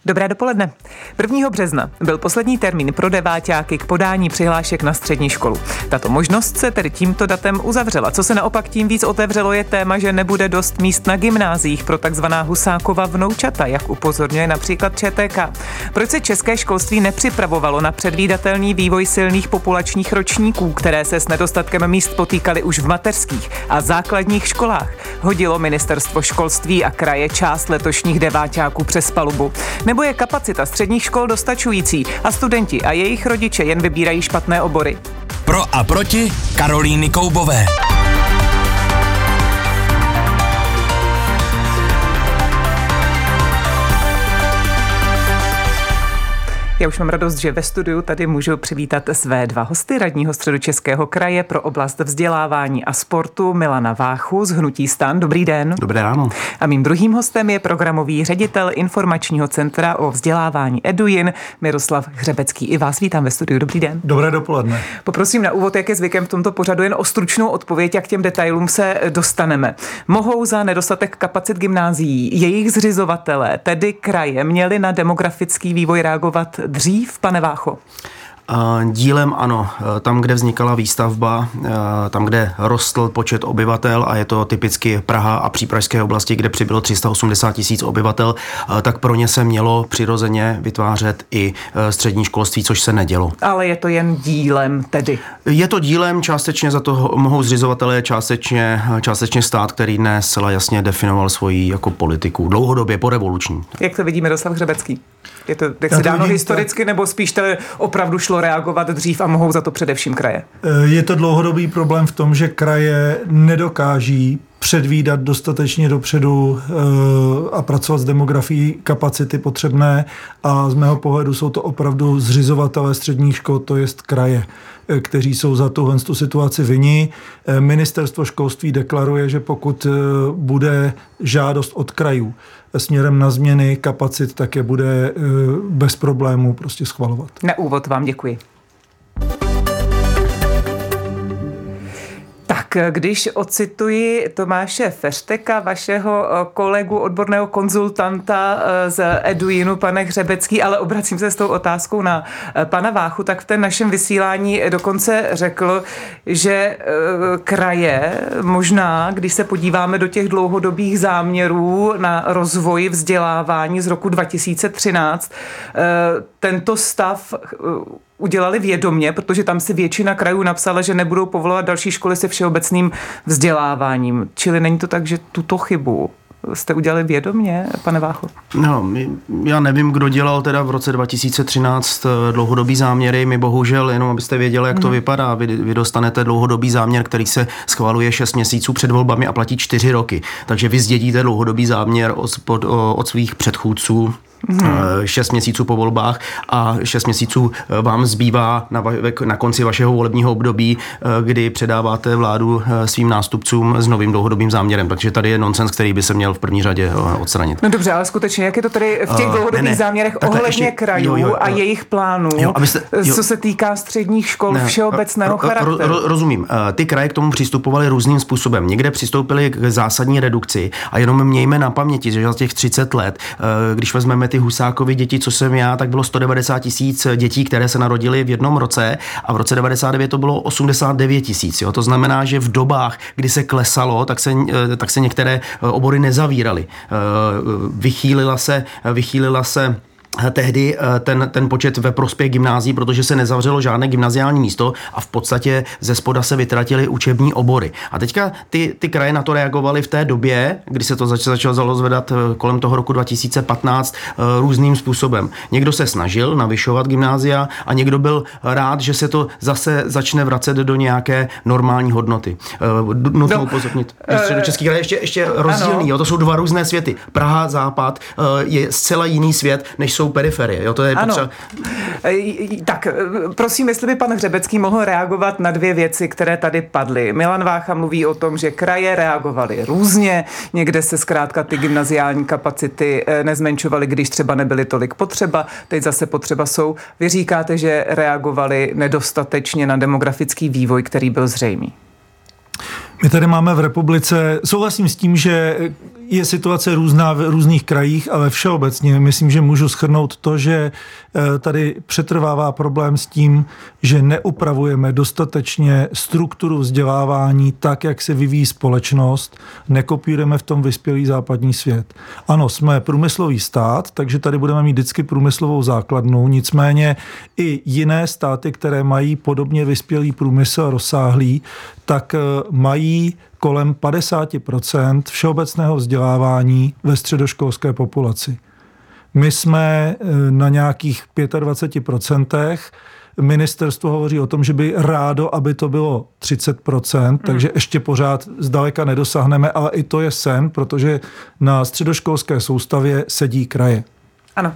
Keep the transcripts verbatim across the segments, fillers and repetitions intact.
Dobré dopoledne. prvního března byl poslední termín pro deváťáky k podání přihlášek na střední školu. Tato možnost se tedy tímto datem uzavřela. Co se naopak tím víc otevřelo, je téma, že nebude dost míst na gymnáziích pro takzvaná Husákova vnoučata, jak upozorňuje například ČTK. Proč se české školství nepřipravovalo na předvídatelný vývoj silných populačních ročníků, které se s nedostatkem míst potýkaly už v mateřských a základních školách? Hodilo ministerstvo školství a kraje část letošních deváťáků přes palubu? Nebo je kapacita středních škol dostačující a studenti a jejich rodiče jen vybírají špatné obory? Pro a proti Karolíny Koubové. Já už mám radost, že ve studiu tady můžu přivítat své dva hosty, radního Středočeského kraje pro oblast vzdělávání a sportu Milana Váchu z hnutí STAN. Dobrý den. Dobré ráno. A mým druhým hostem je programový ředitel informačního centra o vzdělávání EduJin Miroslav Hřebecký. I vás vítám ve studiu. Dobrý den. Dobré dopoledne. Poprosím na úvod, jak je zvykem v tomto pořadu, jen o stručnou odpověď, jak k těm detailům se dostaneme. Mohou za nedostatek kapacit gymnázií jejich zřizovatelé, tedy kraje, měli na demografický vývoj reagovat dřív, pane Vácho? Dílem ano, tam, kde vznikala výstavba, tam, kde rostl počet obyvatel a je to typicky Praha a přípražské oblasti, kde přibylo tři sta osmdesát tisíc obyvatel, tak pro ně se mělo přirozeně vytvářet i střední školství, což se nedělo. Ale je to jen dílem tedy? Je to dílem, částečně za to mohou zřizovatelé, částečně, částečně stát, který ne zcela jasně definoval svoji jako politiku, dlouhodobě po revoluční. Jak to vidí Miroslav Hřebecký? Je to, jak se dáno historicky, tak... nebo spíš to opravdu šlo reagovat dřív a mohou za to především kraje? Je to dlouhodobý problém v tom, že kraje nedokáží předvídat dostatečně dopředu a pracovat s demografií kapacity potřebné a z mého pohledu jsou to opravdu zřizovatelé středních škol, to jest kraje, kteří jsou za tuhle tu situaci vinni. Ministerstvo školství deklaruje, že pokud bude žádost od krajů směrem na změny kapacit, tak je bude bez problémů prostě schvalovat. Na úvod vám děkuji. Tak, když ocituji Tomáše Feřteka, vašeho kolegu, odborného konzultanta z EduJinu, pane Hřebecký, ale obracím se s tou otázkou na pana Váchu, tak v té našem vysílání dokonce řekl, že kraje možná, když se podíváme do těch dlouhodobých záměrů na rozvoj vzdělávání z roku dva tisíce třináct, tento stav udělali vědomě, protože tam si většina krajů napsala, že nebudou povolovat další školy se všeobecným vzděláváním. Čili není to tak, že tuto chybu jste udělali vědomě, pane Vácho? No, já nevím, kdo dělal teda v roce dva tisíce třináct dlouhodobý záměry. My bohužel, jenom abyste věděli, jak to hmm. vypadá, vy, vy dostanete dlouhodobý záměr, který se schvaluje šest měsíců před volbami a platí čtyři roky. Takže vy zdědíte dlouhodobý záměr od, od, od svých předchůdců. Hmm. šest měsíců po volbách a šest měsíců vám zbývá na, na konci vašeho volebního období, kdy předáváte vládu svým nástupcům s novým dlouhodobým záměrem. Takže tady je nonsens, který by se měl v první řadě odstranit. No dobře, ale skutečně, jak je to tady v těch dlouhodobých uh, ne, ne, záměrech ohledně ještě, krajů jo, jo, jo, a jejich plánů, jo, abyste, jo, co se týká středních škol ne, všeobecného ro, charakteru? Ro, ro, rozumím. Ty kraje k tomu přistupovaly různým způsobem. Někde přistoupili k zásadní redukci a jenom mějme na paměti, že za těch třicet let, když vezmeme ty Husákovy děti, co jsem já, tak bylo sto devadesát tisíc dětí, které se narodily v jednom roce a v roce devadesát devět to bylo osmdesát devět tisíc. To znamená, že v dobách, kdy se klesalo, tak se, tak se některé obory nezavíraly. Vychýlila se, vychýlila se tehdy ten, ten počet ve prospěch gymnázií, protože se nezavřelo žádné gymnaziální místo a v podstatě ze spoda se vytratily učební obory. A teďka ty, ty kraje na to reagovaly v té době, kdy se to zač, začalo zvedat kolem toho roku dva tisíce patnáct různým způsobem. Někdo se snažil navyšovat gymnázia a někdo byl rád, že se to zase začne vracet do nějaké normální hodnoty. Nutno no, upozornit. Uh, Středočeský kraj ještě, ještě rozdílný. Jo, to jsou dva různé světy. Praha, západ je zcela jiný svět, než jsou periferie. Jo, to je potřeba... Tak, prosím, jestli by pan Hřebecký mohl reagovat na dvě věci, které tady padly. Milan Vácha mluví o tom, že kraje reagovaly různě, někde se zkrátka ty gymnaziální kapacity nezmenšovaly, když třeba nebyly tolik potřeba, teď zase potřeba jsou. Vy říkáte, že reagovali nedostatečně na demografický vývoj, který byl zřejmý. My tady máme v republice, souhlasím s tím, že je situace různá v různých krajích, ale všeobecně myslím, že můžu shrnout to, že tady přetrvává problém s tím, že neupravujeme dostatečně strukturu vzdělávání tak, jak se vyvíjí společnost, nekopírujeme v tom vyspělý západní svět. Ano, jsme průmyslový stát, takže tady budeme mít vždycky průmyslovou základnu, nicméně i jiné státy, které mají podobně vyspělý průmysl rozsáhlý, tak mají kolem padesát procent všeobecného vzdělávání ve středoškolské populaci. My jsme na nějakých dvacet pět procent. Ministerstvo hovoří o tom, že by rádo, aby to bylo třicet procent, hmm. takže ještě pořád zdaleka nedosáhneme, ale i to je sen, protože na středoškolské soustavě sedí kraje. Ano.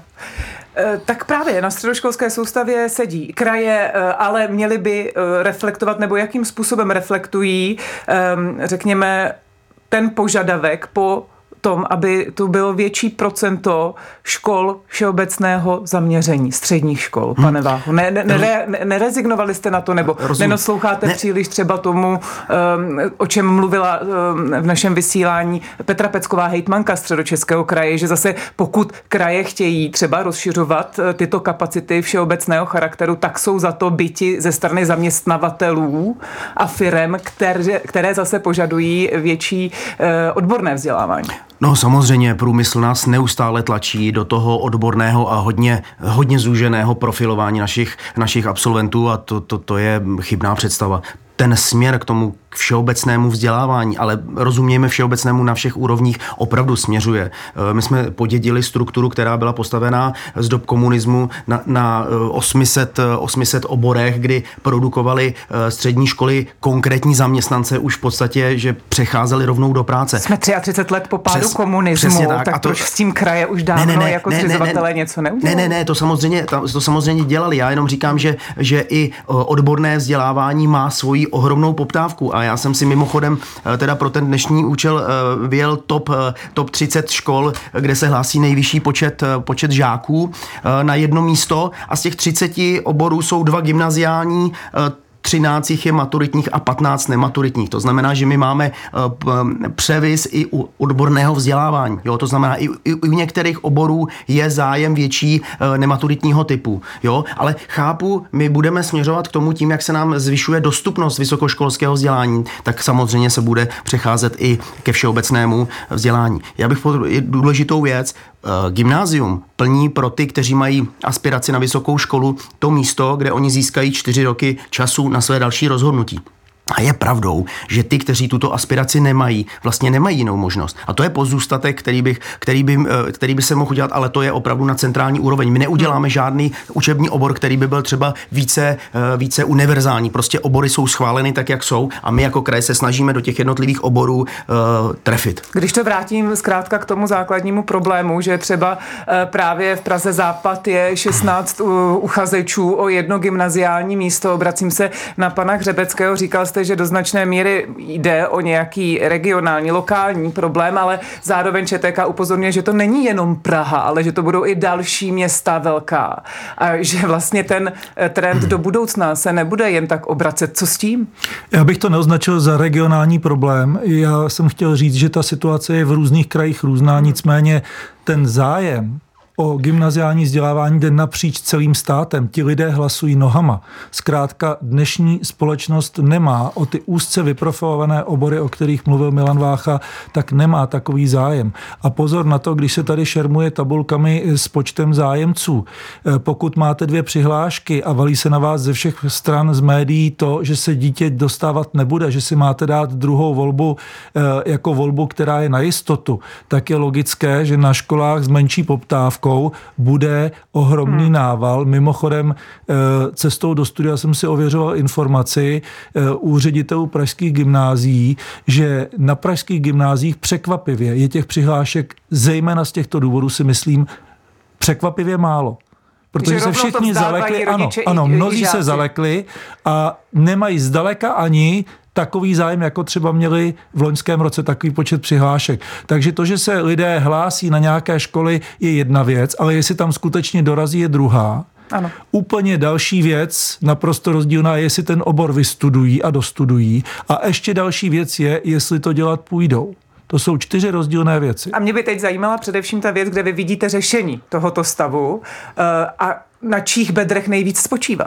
Tak právě na středoškolské soustavě sedí kraje, ale měly by reflektovat, nebo jakým způsobem reflektují, řekněme, ten požadavek po tom, aby tu bylo větší procento škol všeobecného zaměření, středních škol, hmm. pane Vácho. Ne, ne, ne, nerezignovali jste na to, nebo Rozum. nenosloucháte ne. příliš třeba tomu, um, o čem mluvila um, v našem vysílání Petra Pecková, hejtmanka Středočeského kraje, že zase pokud kraje chtějí třeba rozšiřovat uh, tyto kapacity všeobecného charakteru, tak jsou za to byti ze strany zaměstnavatelů a firem, které, které zase požadují větší uh, odborné vzdělávání. No samozřejmě, průmysl nás neustále tlačí do toho odborného a hodně, hodně zúženého profilování našich, našich absolventů a to, to, to je chybná představa. Ten směr k tomu k všeobecnému vzdělávání, ale rozumějme všeobecnému na všech úrovních, opravdu směřuje. My jsme podědili strukturu, která byla postavená z dob komunismu na, na osm set oborech, kdy produkovali střední školy konkrétní zaměstnance už v podstatě, že přecházeli rovnou do práce. Jsme třicet tři let po pádu Přes, komunismu, tak, tak to, proč s tím kraje už dávno ne, ne, ne, jako zřizovatelé ne, ne, něco neudělali? Ne, ne, ne, to samozřejmě, to samozřejmě dělali. Já jenom říkám, že, že i odborné vzdělávání má svoji ohromnou poptávku a já jsem si mimochodem teda pro ten dnešní účel vyjel top, top třicet škol, kde se hlásí nejvyšší počet, počet žáků na jedno místo a z těch třiceti oborů jsou dva gymnaziální, třináct je maturitních a patnáct nematuritních. To znamená, že my máme převis i u odborného vzdělávání. Jo? To znamená, i, i u některých oborů je zájem větší nematuritního typu. Jo? Ale chápu, my budeme směřovat k tomu tím, jak se nám zvyšuje dostupnost vysokoškolského vzdělání, tak samozřejmě se bude přecházet i ke všeobecnému vzdělání. Já bych podal důležitou věc, gymnázium plní pro ty, kteří mají aspiraci na vysokou školu, to místo, kde oni získají čtyři roky času na své další rozhodnutí. A je pravdou, že ty, kteří tuto aspiraci nemají, vlastně nemají jinou možnost. A to je pozůstatek, který, bych, který, by, který by se mohl udělat, ale to je opravdu na centrální úroveň. My neuděláme žádný učební obor, který by byl třeba více, více univerzální. Prostě obory jsou schváleny tak, jak jsou a my jako kraj se snažíme do těch jednotlivých oborů uh, trefit. Když to vrátím zkrátka k tomu základnímu problému, že třeba uh, právě v Praze Západ je šestnáct uh, uchazečů o jedno gymnaziální místo. Obracím se na pana Hřebeckého, říkal jste, že do značné míry jde o nějaký regionální, lokální problém, ale zároveň ČTK upozorňuje, že to není jenom Praha, ale že to budou i další města velká. A že vlastně ten trend do budoucna se nebude jen tak obracet. Co s tím? Já bych to neoznačil za regionální problém. Já jsem chtěl říct, že ta situace je v různých krajích různá, nicméně ten zájem o gymnaziální vzdělávání jde napříč celým státem. Ti lidé hlasují nohama. Zkrátka dnešní společnost nemá o ty úzce vyprofilované obory, o kterých mluvil Milan Vácha, tak nemá takový zájem. A pozor na to, když se tady šermuje tabulkami s počtem zájemců. Pokud máte dvě přihlášky a valí se na vás ze všech stran z médií to, že se dítě dostávat nebude, že si máte dát druhou volbu jako volbu, která je na jistotu, tak je logické, že na školách s menší poptávkou bude ohromný hmm. nával. Mimochodem cestou do studia jsem si ověřoval informaci u ředitelů pražských gymnázií, že na pražských gymnáziích překvapivě je těch přihlášek, zejména z těchto důvodů si myslím, překvapivě málo. Protože se všichni zalekli, ano, ano, mnozí se zalekli a nemají zdaleka ani takový zájem, jako třeba měli v loňském roce takový počet přihlášek. Takže to, že se lidé hlásí na nějaké školy, je jedna věc, ale jestli tam skutečně dorazí, je druhá. Ano. Úplně další věc, naprosto rozdílná, je, jestli ten obor vystudují a dostudují. A ještě další věc je, jestli to dělat půjdou. To jsou čtyři rozdílné věci. A mě by teď zajímala především ta věc, kde vy vidíte řešení tohoto stavu a na čích bedrech nejvíc spočívá.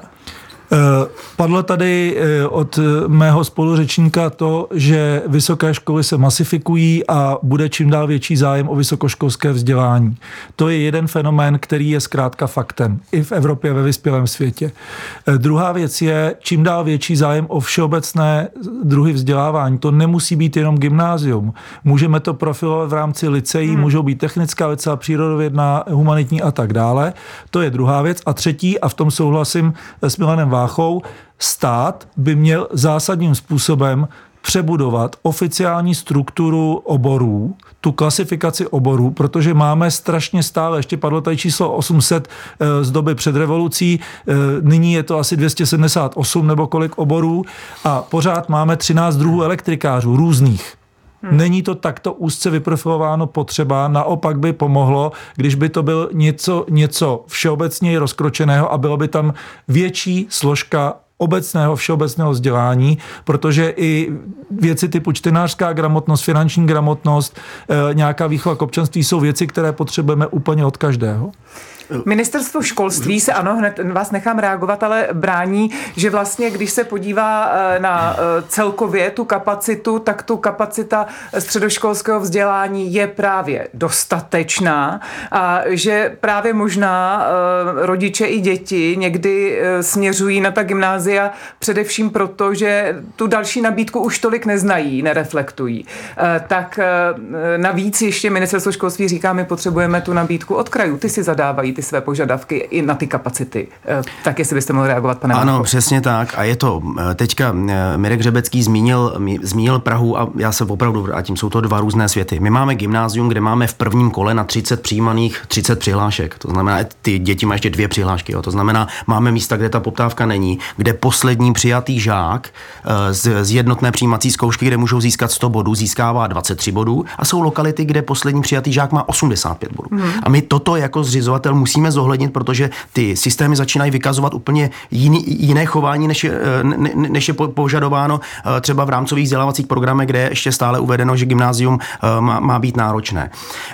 Padlo tady od mého spoluřečníka to, že vysoké školy se masifikují a bude čím dál větší zájem o vysokoškolské vzdělání. To je jeden fenomén, který je zkrátka faktem i v Evropě, ve vyspělém světě. Druhá věc je čím dál větší zájem o všeobecné druhy vzdělávání. To nemusí být jenom gymnázium. Můžeme to profilovat v rámci liceí, hmm. můžou být technická, licea, přírodovědná, humanitní a tak dále. To je druhá věc. A třetí, a v tom souhlasím s Milanem Váchou, stát by měl zásadním způsobem přebudovat oficiální strukturu oborů, tu klasifikaci oborů, protože máme strašně stále, ještě padlo tady číslo osm set z doby před revolucí, nyní je to asi dvě stě sedmdesát osm nebo kolik oborů a pořád máme třináct druhů elektrikářů různých. Hmm. Není to takto úzce vyprofilováno potřeba, naopak by pomohlo, když by to byl něco, něco všeobecně rozkročeného a bylo by tam větší složka obecného všeobecného vzdělání, protože i věci typu čtenářská gramotnost, finanční gramotnost, e, nějaká výchova k občanství jsou věci, které potřebujeme úplně od každého. Ministerstvo školství se, ano, hned vás nechám reagovat, ale brání, že vlastně, když se podívá na celkově tu kapacitu, tak tu kapacita středoškolského vzdělání je právě dostatečná a že právě možná rodiče i děti někdy směřují na ta gymnázia především proto, že tu další nabídku už tolik neznají, nereflektují. Tak navíc ještě Ministerstvo školství říká, my potřebujeme tu nabídku od krajů, ty si zadávají ty své požadavky i na ty kapacity. Tak jestli byste mohli reagovat, pane Ano, Vácho. Přesně tak. A je to, teďka Mirek Řebecký zmínil, zmínil Prahu a já se opravdu, a tím jsou to dva různé světy. My máme gymnázium, kde máme v prvním kole na třicet přijímaných třicet přihlášek. To znamená, ty děti mají ještě dvě přihlášky. Jo. To znamená, máme místa, kde ta poptávka není, kde poslední přijatý žák z, z jednotné přijímací zkoušky, kde můžou získat sto bodů, získává dvacet tři bodů a jsou lokality, kde poslední přijatý žák má osmdesát pět bodů. Hmm. A my toto jako zřizovatel musíme zohlednit, protože ty systémy začínají vykazovat úplně jiný, jiné chování, než je, ne, než je požadováno třeba v rámcových vzdělávacích programech, kde je ještě stále uvedeno, že gymnázium má, má být náročné.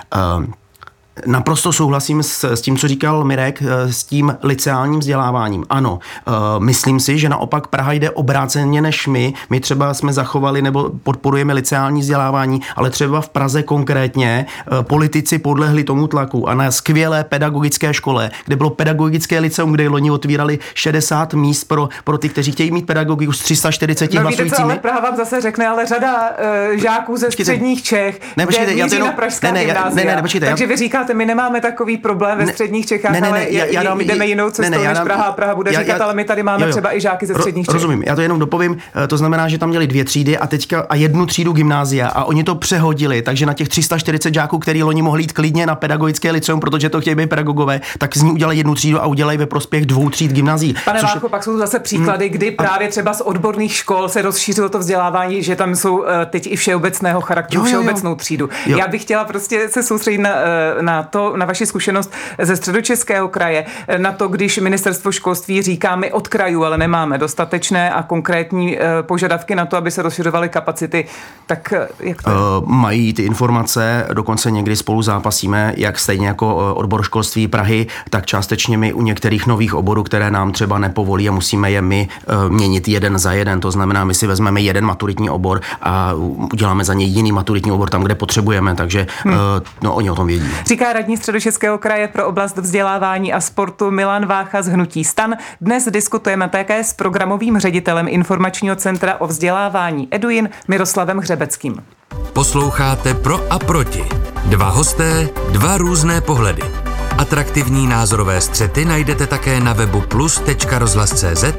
Naprosto souhlasím s, s tím, co říkal Mirek, s tím liceálním vzděláváním. Ano, myslím si, že naopak Praha jde obráceně než my. My třeba jsme zachovali nebo podporujeme liceální vzdělávání, ale třeba v Praze konkrétně politici podlehli tomu tlaku a na skvělé pedagogické škole, kde bylo pedagogické liceum, kde loni otvírali šedesát míst pro, pro ty, kteří chtějí mít pedagogiku s tři sta čtyřiceti no, hlasujícími. Víte co, ale Praha vám zase řekne, ale řada uh, žáků ze počkejte, středních Čech, ne, počkejte, kde míří jenom, na pražská ne, ne, gymnázia. Ne, ne, počkejte, Takže já, vy říkáte, my nemáme takový problém ve středních Čechách, ne, ne, ne, ale já, já dám, jdeme jinou cestou ne, ne, než dám, Praha. Praha bude já, říkat, já, ale my tady máme jo, jo. třeba i žáky ze středních Čech. Rozumím, já to jenom dopovím. To znamená, že tam měli dvě třídy a teďka a jednu třídu gymnázia a oni to přehodili, takže na těch tři sta čtyřicet žáků, který loni mohli jít klidně na pedagogické liceum, protože to chtějí být pedagogové, tak z ní udělají jednu třídu a udělají ve prospěch dvou tříd gymnázií. Pane Vácho, pak jsou zase příklady, kdy právě třeba z odborných škol se rozšířilo to vzdělávání, že tam jsou teď i všeobecného charakteru, jo, jo, jo. všeobecnou třídu. Jo. Já bych chtěla prostě se soustředit na, na to, na vaši zkušenost ze Středočeského kraje, na to, když Ministerstvo školství říká, my od krajů, ale nemáme dostatečné a konkrétní požadavky na to, aby se rozšiřovaly kapacity, tak jak to je? Uh, mají ty informace, dokonce někdy spolu zápasíme, jak stejně jako odbor školství Prahy, tak částečně my u některých nových oborů, které nám třeba nepovolí a musíme je my uh, měnit jeden za jeden. To znamená, my si vezmeme jeden maturitní obor a uděláme za něj jiný maturitní obor tam, kde potřebujeme, takže hmm. uh, no, oni o tom vědí. Říká radní Středočeského kraje pro oblast vzdělávání a sportu Milan Vácha z hnutí STAN. Dnes diskutujeme také s programovým ředitelem informačního centra o vzdělávání Eduin Miroslavem Hřebeckým. Posloucháte Pro a proti. Dva hosté, dva různé pohledy. Atraktivní názorové střety najdete také na webu plus tečka rozhlas tečka cé zet, v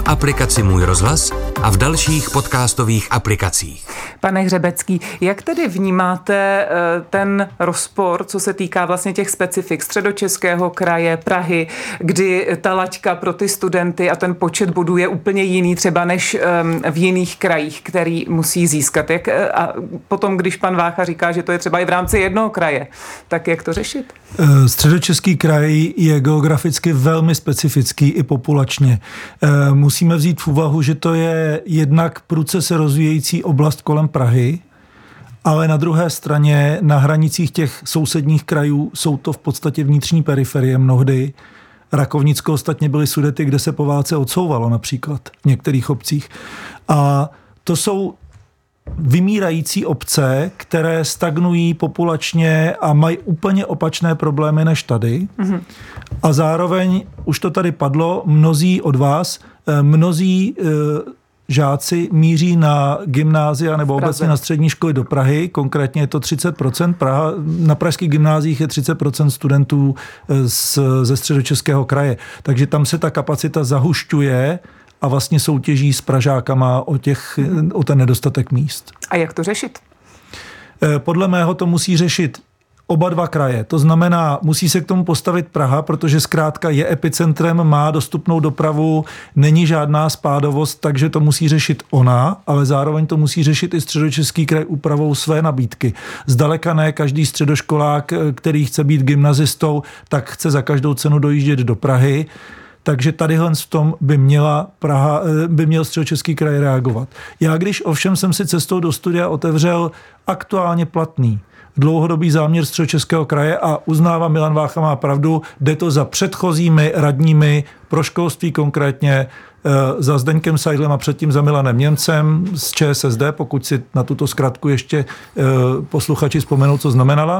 aplikaci Můj rozhlas a v dalších podcastových aplikacích. Pane Hřebecký, jak tedy vnímáte ten rozpor, co se týká vlastně těch specifik Středočeského kraje, Prahy, kdy ta laťka pro ty studenty a ten počet bodů je úplně jiný třeba než v jiných krajích, který musí získat? Jak, a potom, když pan Vácha říká, že to je třeba i v rámci jednoho kraje, tak jak to řešit? Středočeský kraj je geograficky velmi specifický i populačně. Musíme vzít v úvahu, že to je jednak prudce se rozvíjející oblast kolem Prahy, ale na druhé straně na hranicích těch sousedních krajů jsou to v podstatě vnitřní periferie mnohdy. Rakovnicko ostatně byly Sudety, kde se po válce odsouvalo například v některých obcích. A to jsou vymírající obce, které stagnují populačně a mají úplně opačné problémy než tady. Mm-hmm. A zároveň, už to tady padlo, mnozí od vás, mnozí žáci míří na gymnázia nebo obecně na střední školy do Prahy, konkrétně je to třicet procent. Praha, na pražských gymnáziích je třicet procent studentů z, ze Středočeského kraje. Takže tam se ta kapacita zahušťuje a vlastně soutěží s Pražákama o, těch, o ten nedostatek míst. A jak to řešit? Podle mého to musí řešit oba dva kraje. To znamená, musí se k tomu postavit Praha, protože zkrátka je epicentrem, má dostupnou dopravu, není žádná spádovost, takže to musí řešit ona, ale zároveň to musí řešit i Středočeský kraj úpravou své nabídky. Zdaleka ne každý středoškolák, který chce být gymnazistou, tak chce za každou cenu dojíždět do Prahy. Takže tadyhle v tom by, měla Praha, by měl Středočeský kraj reagovat. Já když ovšem jsem si cestou do studia otevřel aktuálně platný dlouhodobý záměr Středočeského kraje a uznávám, Milan Vácha má pravdu, jde to za předchozími radními pro školství konkrétně, za Zdeňkem Seidlem a předtím za Milanem Němcem z ČSSD, pokud si na tuto zkratku ještě posluchači vzpomenou, co znamenala.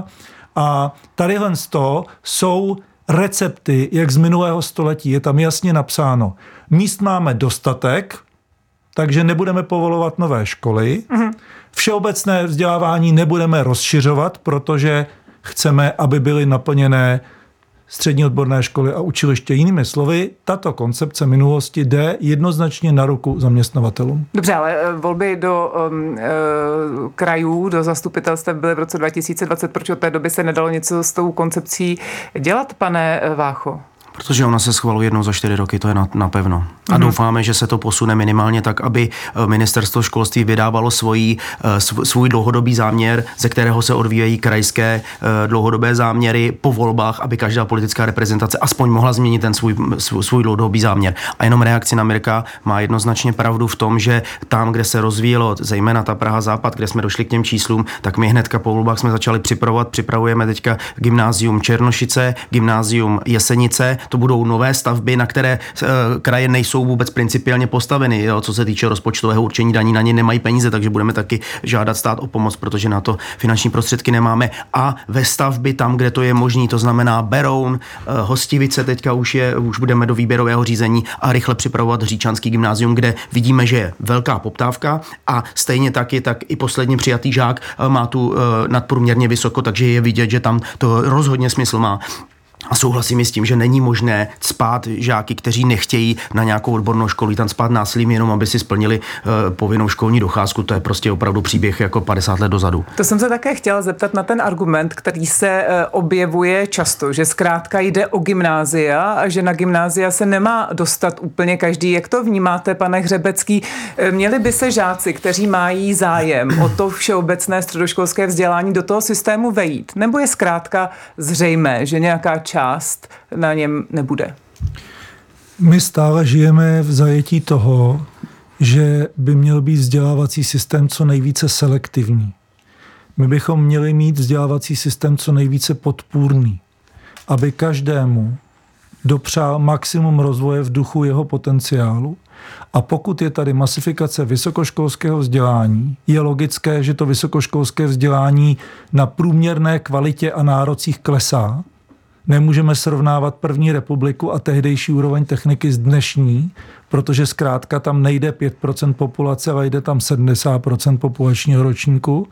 A tadyhle z toho jsou recepty, jak z minulého století, je tam jasně napsáno. Míst máme dostatek, takže nebudeme povolovat nové školy. Mm-hmm. Všeobecné vzdělávání nebudeme rozšiřovat, protože chceme, aby byly naplněné střední odborné školy a učiliště. Jinými slovy, tato koncepce minulosti jde jednoznačně na ruku zaměstnavatelům. Dobře, ale volby do um, uh, krajů, do zastupitelstev byly v roce dva tisíce dvacet. Proč od té doby se nedalo něco s tou koncepcí dělat, pane Vácho? Protože ona se schvaluje jednou za čtyři roky, to je napevno. A mm-hmm. doufáme, že se to posune minimálně tak, aby ministerstvo školství vydávalo svůj, svůj dlouhodobý záměr, ze kterého se odvíjejí krajské dlouhodobé záměry po volbách, aby každá politická reprezentace aspoň mohla změnit ten svůj, svůj dlouhodobý záměr. A jenom reakci na Mirka má jednoznačně pravdu v tom, že tam, kde se rozvíjelo, zejména ta Praha Západ, kde jsme došli k těm číslům, tak my hnedka po volbách jsme začali připravovat, připravujeme teďka gymnázium Černošice, gymnázium Jesenice. To budou nové stavby, na které e, kraje nejsou vůbec principiálně postaveny. Jo, co se týče rozpočtového určení daní, na ně nemají peníze, takže budeme taky žádat stát o pomoc, protože na to finanční prostředky nemáme. A ve stavby tam, kde to je možný, to znamená Beroun, e, Hostivice, teďka už, je, už budeme do výběrového řízení a rychle připravovat Říčanský gymnázium, kde vidíme, že je velká poptávka a stejně taky, tak i poslední přijatý žák e, má tu e, nadprůměrně vysoko, takže je vidět, že tam to rozhodně smysl má. A souhlasím s tím, že není možné cpát žáky, kteří nechtějí na nějakou odbornou školu, tam cpát násilím jenom, aby si splnili uh, povinnou školní docházku. To je prostě opravdu příběh jako padesát let dozadu. To jsem se také chtěla zeptat na ten argument, který se uh, objevuje často, že zkrátka jde o gymnázia a že na gymnázia se nemá dostat úplně každý. Jak to vnímáte, pane Hřebecký? Měli by se žáci, kteří mají zájem o to všeobecné středoškolské vzdělání, do toho systému vejít? Nebo je zkrátka zřejmé, že nějaká část na něm nebude? My stále žijeme v zajetí toho, že by měl být vzdělávací systém co nejvíce selektivní. My bychom měli mít vzdělávací systém co nejvíce podpůrný, aby každému dopřál maximum rozvoje v duchu jeho potenciálu. A pokud je tady masifikace vysokoškolského vzdělání, je logické, že to vysokoškolské vzdělání na průměrné kvalitě a nárocích klesá. Nemůžeme srovnávat první republiku a tehdejší úroveň techniky s dnešní, protože zkrátka tam nejde pět procent populace, ale jde tam sedmdesát procent populačního ročníku.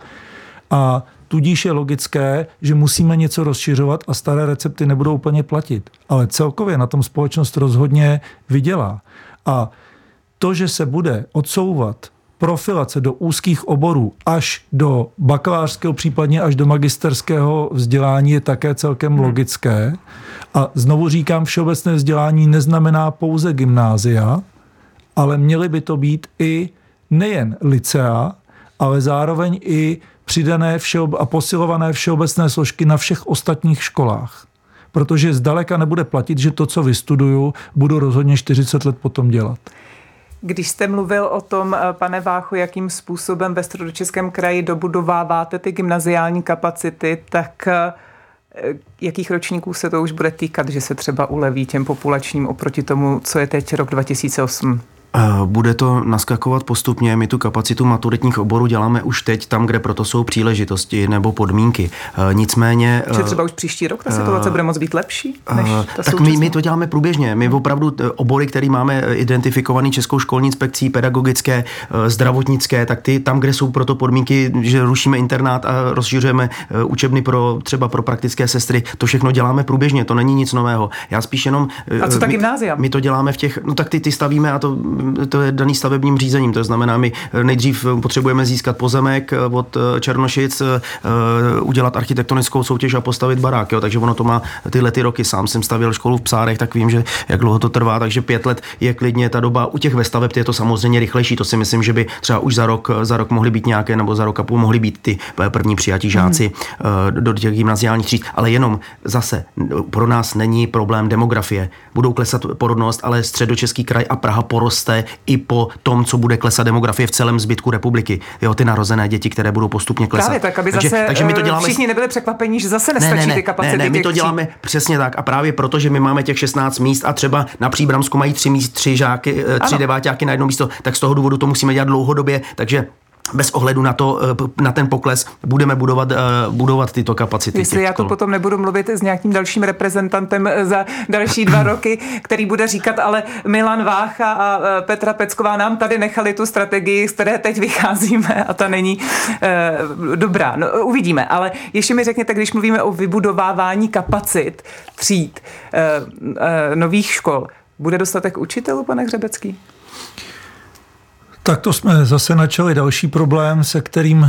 A tudíž je logické, že musíme něco rozšiřovat a staré recepty nebudou úplně platit. Ale celkově na tom společnost rozhodně vydělá. A to, že se bude odsouvat profilace do úzkých oborů až do bakalářského, případně až do magisterského vzdělání, je také celkem logické. A znovu říkám, všeobecné vzdělání neznamená pouze gymnázia, ale měly by to být i nejen lycea, ale zároveň i přidané všeob- a posilované všeobecné složky na všech ostatních školách. Protože zdaleka nebude platit, že to, co vystuduju, budu rozhodně čtyřicet let potom dělat. Když jste mluvil o tom, pane Vácho, jakým způsobem ve Středočeském kraji dobudováváte ty gymnaziální kapacity, tak jakých ročníků se to už bude týkat, že se třeba uleví těm populačním oproti tomu, co je teď rok dva tisíce osm? Bude to naskakovat postupně. My tu kapacitu maturitních oborů děláme už teď tam, kde proto jsou příležitosti nebo podmínky. Nicméně... Že třeba už příští rok ta situace bude moc být lepší? Než ta tak my, my to děláme průběžně. My opravdu obory, které máme identifikovaný Českou školní inspekcí, pedagogické, zdravotnické, tak ty tam, kde jsou proto podmínky, že rušíme internát a rozšiřujeme učebny pro třeba pro praktické sestry, to všechno děláme průběžně, to není nic nového. Já spíš jenom... A co ta gymnázia? My, my to děláme v těch... No tak ty, ty stavíme a to... To je daný stavebním řízením, to znamená, my nejdřív potřebujeme získat pozemek od Černošic, udělat architektonickou soutěž a postavit barák, jo? Takže ono to má tyhle ty roky. Sám jsem stavěl školu v Psárech, tak vím, že jak dlouho to trvá, takže pět let je klidně ta doba. U těch ve staveb je to samozřejmě rychlejší, to si myslím, že by třeba už za rok, za rok mohly být nějaké, nebo za rok a půl mohly být ty první přijatí žáci hmm. do těch gymnaziálních tříd, ale jenom zase pro nás není problém demografie. Budou klesat porodnost, ale Středočeský kraj a Praha poroste i po tom, co bude klesat demografie v celém zbytku republiky. Jo, ty narozené děti, které budou postupně klesat. Právě tak, aby takže, zase takže my to děláme... všichni nebyli překvapení, že zase nestačí ne, ne, ne, ty kapacity. Ne, ne, my to děláme přesně tak a právě proto, že my máme těch šestnáct míst a třeba na Příbramsku mají tři míst, tři žáky, tři deváťáky na jedno místo, tak z toho důvodu to musíme dělat dlouhodobě, takže bez ohledu na to, na ten pokles budeme budovat, budovat tyto kapacity. Jestli já to potom nebudu mluvit s nějakým dalším reprezentantem za další dva roky, který bude říkat, ale Milan Vácha a Petra Pecková nám tady nechali tu strategii, z které teď vycházíme a ta není eh, dobrá. No, uvidíme, ale ještě mi řekněte, když mluvíme o vybudovávání kapacit tříd eh, eh, nových škol, bude dostatek učitelů, pane Hřebecký? Tak to jsme zase načali další problém, se kterým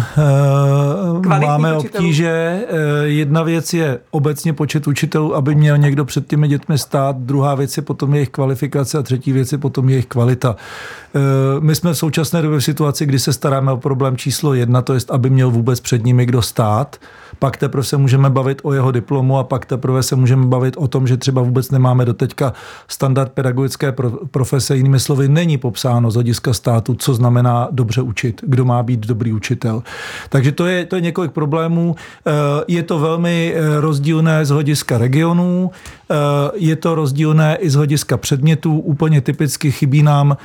e, máme obtíže. E, jedna věc je obecně počet učitelů, aby měl někdo před těmi dětmi stát, druhá věc je potom jejich kvalifikace a třetí věc je potom jejich kvalita. E, my jsme v současné době v situaci, kdy se staráme o problém číslo jedna, to je, aby měl vůbec před nimi kdo stát. Pak teprve se můžeme bavit o jeho diplomu a pak teprve se můžeme bavit o tom, že třeba vůbec nemáme doteďka standard pedagogické profese. Jinými slovy, není popsáno z hlediska státu, co znamená dobře učit, kdo má být dobrý učitel. Takže to je, to je několik problémů. Je to velmi rozdílné z hlediska regionů, je to rozdílné i z hlediska předmětů. Úplně typicky chybí nám,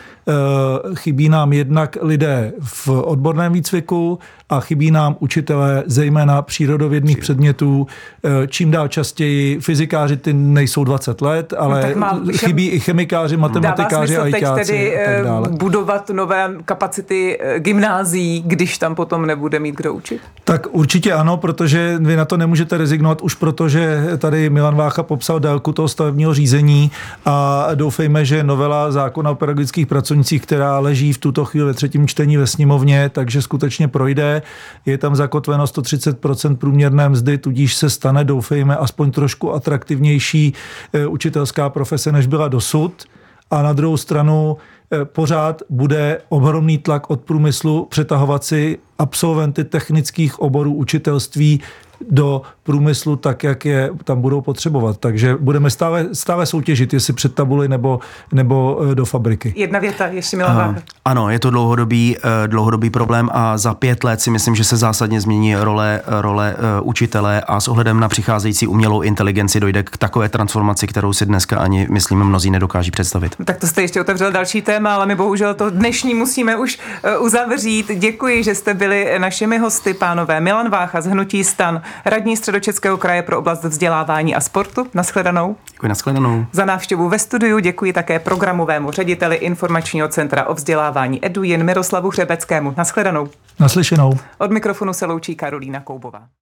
chybí nám jednak lidé v odborném výcviku a chybí nám učitelé zejména přírodovědných předmětů. Čím dál častěji fyzikáři, ty nejsou dvacet let, ale no má, chybí i chemikáři, matematikáři a ajťáci tedy a tak dále. Budovat nové kapacity gymnázií, když tam potom nebude mít kdo učit? Tak určitě ano, protože vy na to nemůžete rezignovat už proto, že tady Milan Vácha popsal délku toho stavebního řízení a doufejme, že novela zákona o pedagogických pracovnících, která leží v tuto chvíli ve třetím čtení ve sněmovně, takže skutečně projde. Je tam zakotveno sto třicet procent průměrné mzdy, tudíž se stane, doufejme, aspoň trošku atraktivnější učitelská profese, než byla dosud. A na druhou stranu pořád bude ohromný tlak od průmyslu přetahovat si absolventy technických oborů učitelství do průmyslu tak, jak je tam budou potřebovat. Takže budeme stále, stále soutěžit, jestli před tabuli nebo, nebo do fabriky. Jedna věta, ještě Milan Vácha. Ano, je to dlouhodobý, dlouhodobý problém a za pět let si myslím, že se zásadně změní role, role učitele a s ohledem na přicházející umělou inteligenci dojde k takové transformaci, kterou si dneska ani, myslím, mnozí nedokáží představit. Tak to jste ještě otevřel další téma, ale my bohužel to dnešní musíme už uzavřít. Děkuji, že jste byli našimi hosty, pánové. Milan Vácha z hnutí STAN, radní Středočeského kraje pro oblast vzdělávání a sportu. Nashledanou. Děkuji, nashledanou. Za návštěvu ve studiu děkuji také programovému řediteli Informačního centra o vzdělávání EduJin Miroslavu Hřebeckému. Nashledanou. Naslyšenou. Od mikrofonu se loučí Karolína Koubová.